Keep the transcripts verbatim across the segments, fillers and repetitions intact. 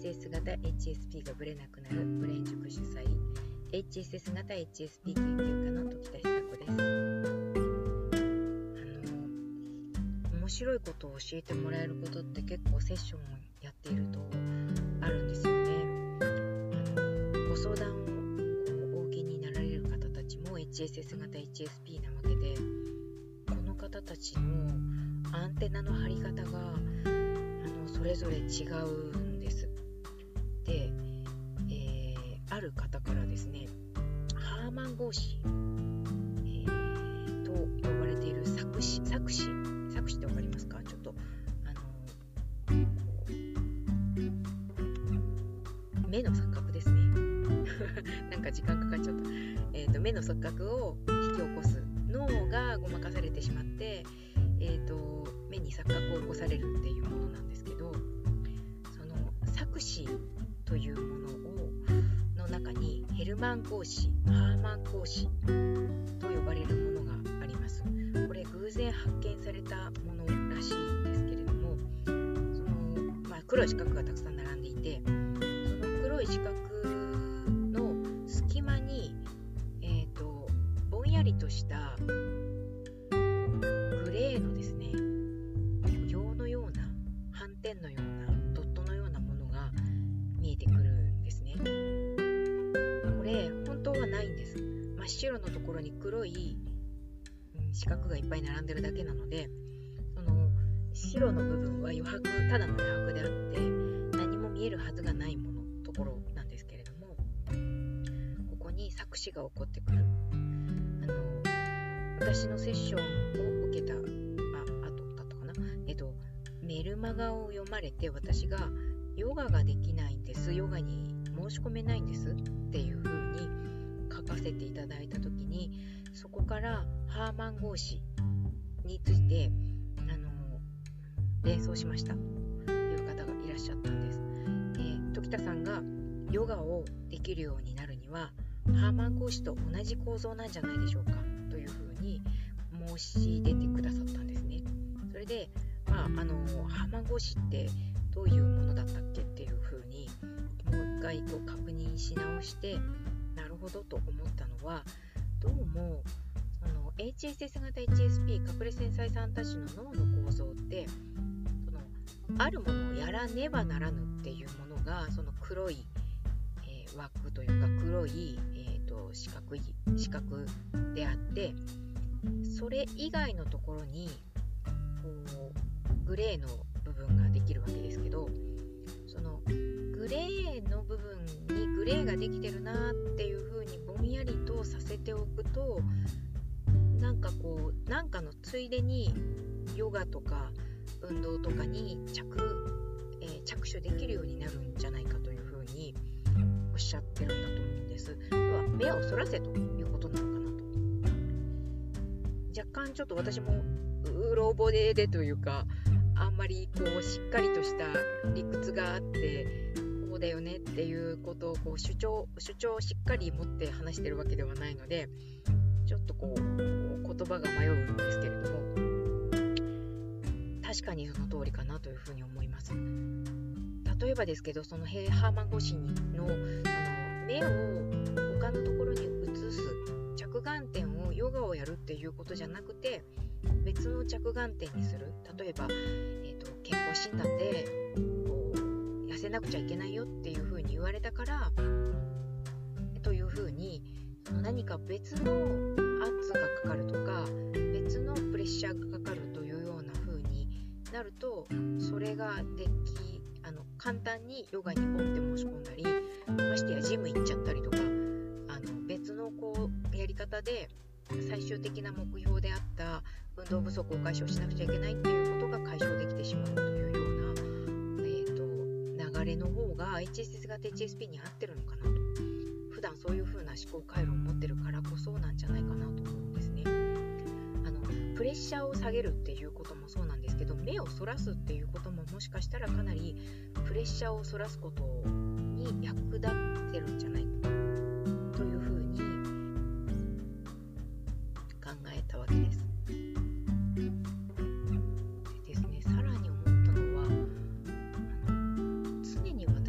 エス 型 エイチエスピー がブレなくなるブレイン塾主催 エイチエスエス 型 エイチエスピー 研究家の時田久子です。あの面白いことを教えてもらえることって結構セッションをやっているとあるんですよね。あのご相談をお受けになられる方たちも エイチエスエス 型 エイチエスピー なわけで、この方たちのアンテナの張り方があのそれぞれ違うんです。で、えー、ある方からですね、ハーマン合詞、えー、と呼ばれている作詞作詞作詞ってわかりますか？ちょっとあの目の錯覚ですねなんか時間かかっちゃった、えー、と目の錯覚を引き起こす、脳がごまかされてしまって、えー、と目に錯覚を起こされるっていうものなんですけど、その作詞というものをの中にヘルマン光子、ハーマン光子と呼ばれるものがあります。これ偶然発見されたものらしいんですけれども、その、まあ、黒い四角がたくさん並んでいて、その黒い四角の隙間に、えーと、ぼんやりとしたグレーのですね、葉のような斑点のようなドットのようなものが見えてくるんですね。これ本当はないんです。真っ白のところに黒い、うん、四角がいっぱい並んでるだけなので、その白の部分は余白、ただの余白であって何も見えるはずがないものところなんですけれども、ここに作詞が起こってくる。あの私のセッションを受けたあ後だったかな、えっとメルマガを読まれて、私がヨガができないんです、ヨガに申し込めないんですっていう風に書かせていただいたときに、そこからハーマン合詞についてあの連想しましたという方がいらっしゃったんです。えー、時田さんがヨガをできるようになるにはハーマン合詞と同じ構造なんじゃないでしょうかという風に申し出てくださったんですね。それで、まあ、あのハーマン合詞ってどういうものだったっけっていう風にもう一回こう確認し直して、なるほどと思ったのは、どうもあの エイチエスエス 型 エイチエスピー 隠れ繊細さんたちの脳の構造って、そのあるものをやらねばならぬっていうものがその黒い、えー、枠というか黒い、えー、と四角い四角であって、それ以外のところにこうグレーの部分ができるわけですけど、そのグレーの部分にグレーができてるなっていう風にぼんやりとさせておくと、なんかこうなんかのついでにヨガとか運動とかに着、えー、着手できるようになるんじゃないかという風におっしゃってるんだと思うんです。要は目をそらせということなのかなと。若干ちょっと私もうろ覚えでというか、あんまりこうしっかりとした理屈があってこうだよねっていうことをこう主張主張をしっかり持って話してるわけではないので、ちょっとこう言葉が迷うんですけれども、確かにその通りかなというふうに思います。例えばですけど、そのヘハーマン合詞の、あの目を他のところに移す着眼点をヨガをやるっていうことじゃなくて、別の着眼点にする。例えば、えーと、健康診断でこう痩せなくちゃいけないよっていうふうに言われたからというふうに、その何か別の圧がかかるとか別のプレッシャーがかかるというようなふうになると、それができあの簡単にヨガにポンって申し込んだり、ましてやジム行っちゃったりとか、あの別のこうやり方で最終的な目標であった運動不足を解消しなくちゃいけないっていうことが解消できてしまうというような、えーと、流れの方が エイチエスエス 型 エイチエスピー に合ってるのかなと。普段そういう風な思考回路を持ってるからこそなんじゃないかなと思うんですね。あのプレッシャーを下げるっていうこともそうなんですけど、目をそらすっていうことももしかしたらかなりプレッシャーをそらすことに役立ってるんじゃないかという風に考えたわけです。でですね、さらに思ったのは、あの常に私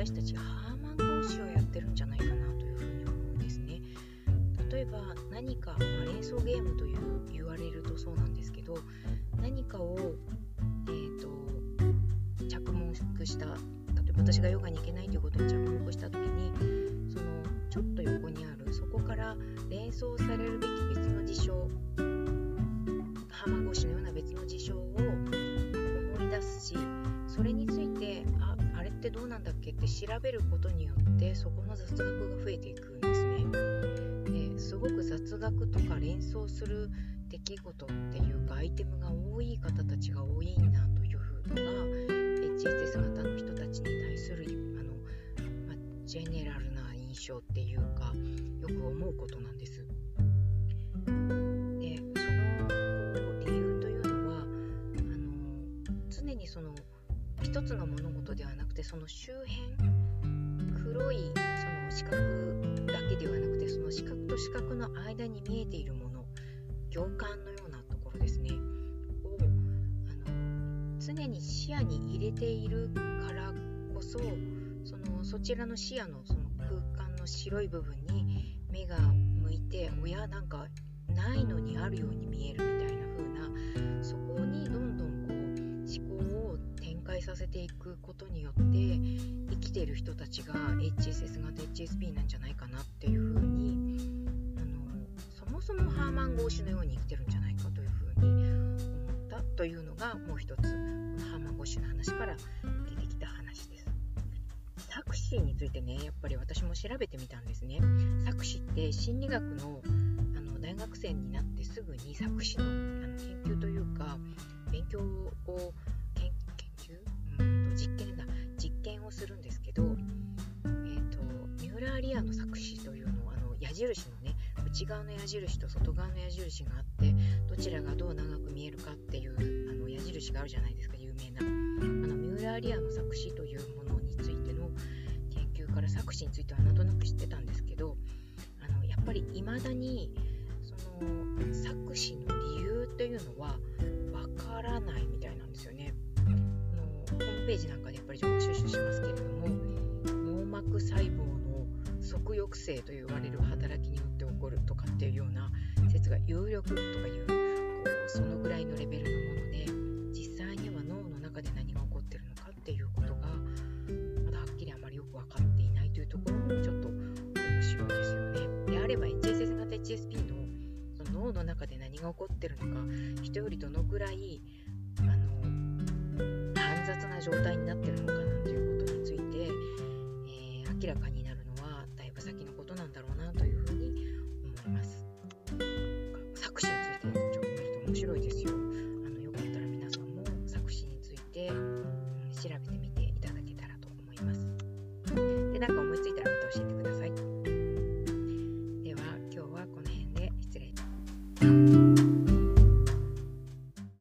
私たちハーマン合詞をやってるんじゃないかなというふうに思うんですね。例えば何か、まあ、連想ゲームという言われるとそうなんですけど、何かを、えーと、着目した、例えば私がヨガに行けないということに着目したときに、そのちょっと横にある、そこから連想されるべき別の事象、ハーマン合詞のような別の事象を思い出すし、それについて あ, あれってどうなんだっけって調べることによってそこの雑学が増えていくんですね。ですごく雑学とか連想する出来事っていうかアイテムが多い方たちが多いなというのが エイチエスエス 型の人たちに対するあの、まあ、ジェネラルな印象っていうかよく思うことなんです。で、その理由というのはあの常にその一つの物事ではなくて、その周辺、黒いその四角だけではなくて、その四角と四角の間に見えているもの、行間のようなところですねをあの常に視野に入れているからこそ、そのそちらの視野のその空間の白い部分に目が向いて、おやなんかないのにあるように見えるみたいな風な、そこにどんどんこう思考を展開させていくことによって生きている人たちが エイチエスエス 型 エイチエスピー なんじゃないかなっていう風に、あのそもそもハーマン合詞のように生きてるんじゃないかという風に思ったというのがもう一つ、ハーマン合詞の話から出てきた話です。錯視についてね、やっぱり私も調べてみたんですね。錯視って心理学の、あの大学生になってすぐに錯視の、あの研究というか勉強を研究うんと実験だ実験をするんですけど、えーと、ミューラーリアの錯視というのは、あの矢印のね、内側の矢印と外側の矢印があって、どちらがどう長く見えるかっていうあの矢印があるじゃないですか、有名なあのミューラーリアの錯視というものについての研究から錯視についてはなんとなく知ってたんですけど、あのやっぱり未だにその錯視の理由というのはわからないみたいなんですよね。あのホームページなんかでやっぱり情報収集しますけれども、網膜細胞の側抑制と言われる働きによって起こるとかっていうような説が有力とかいうこうそのぐらいのレベルのもので、実際には脳の中で何が起こってるのかっていうことがまだはっきりあまりよく分かっていないというところもちょっと面白いですよね。であれば エイチエスエス 型 エイチエスピー の, その脳の中で何が起こってるのか、人よりどのぐらいあの煩雑な状態になってるのかなんていうことについて、えー、明らかに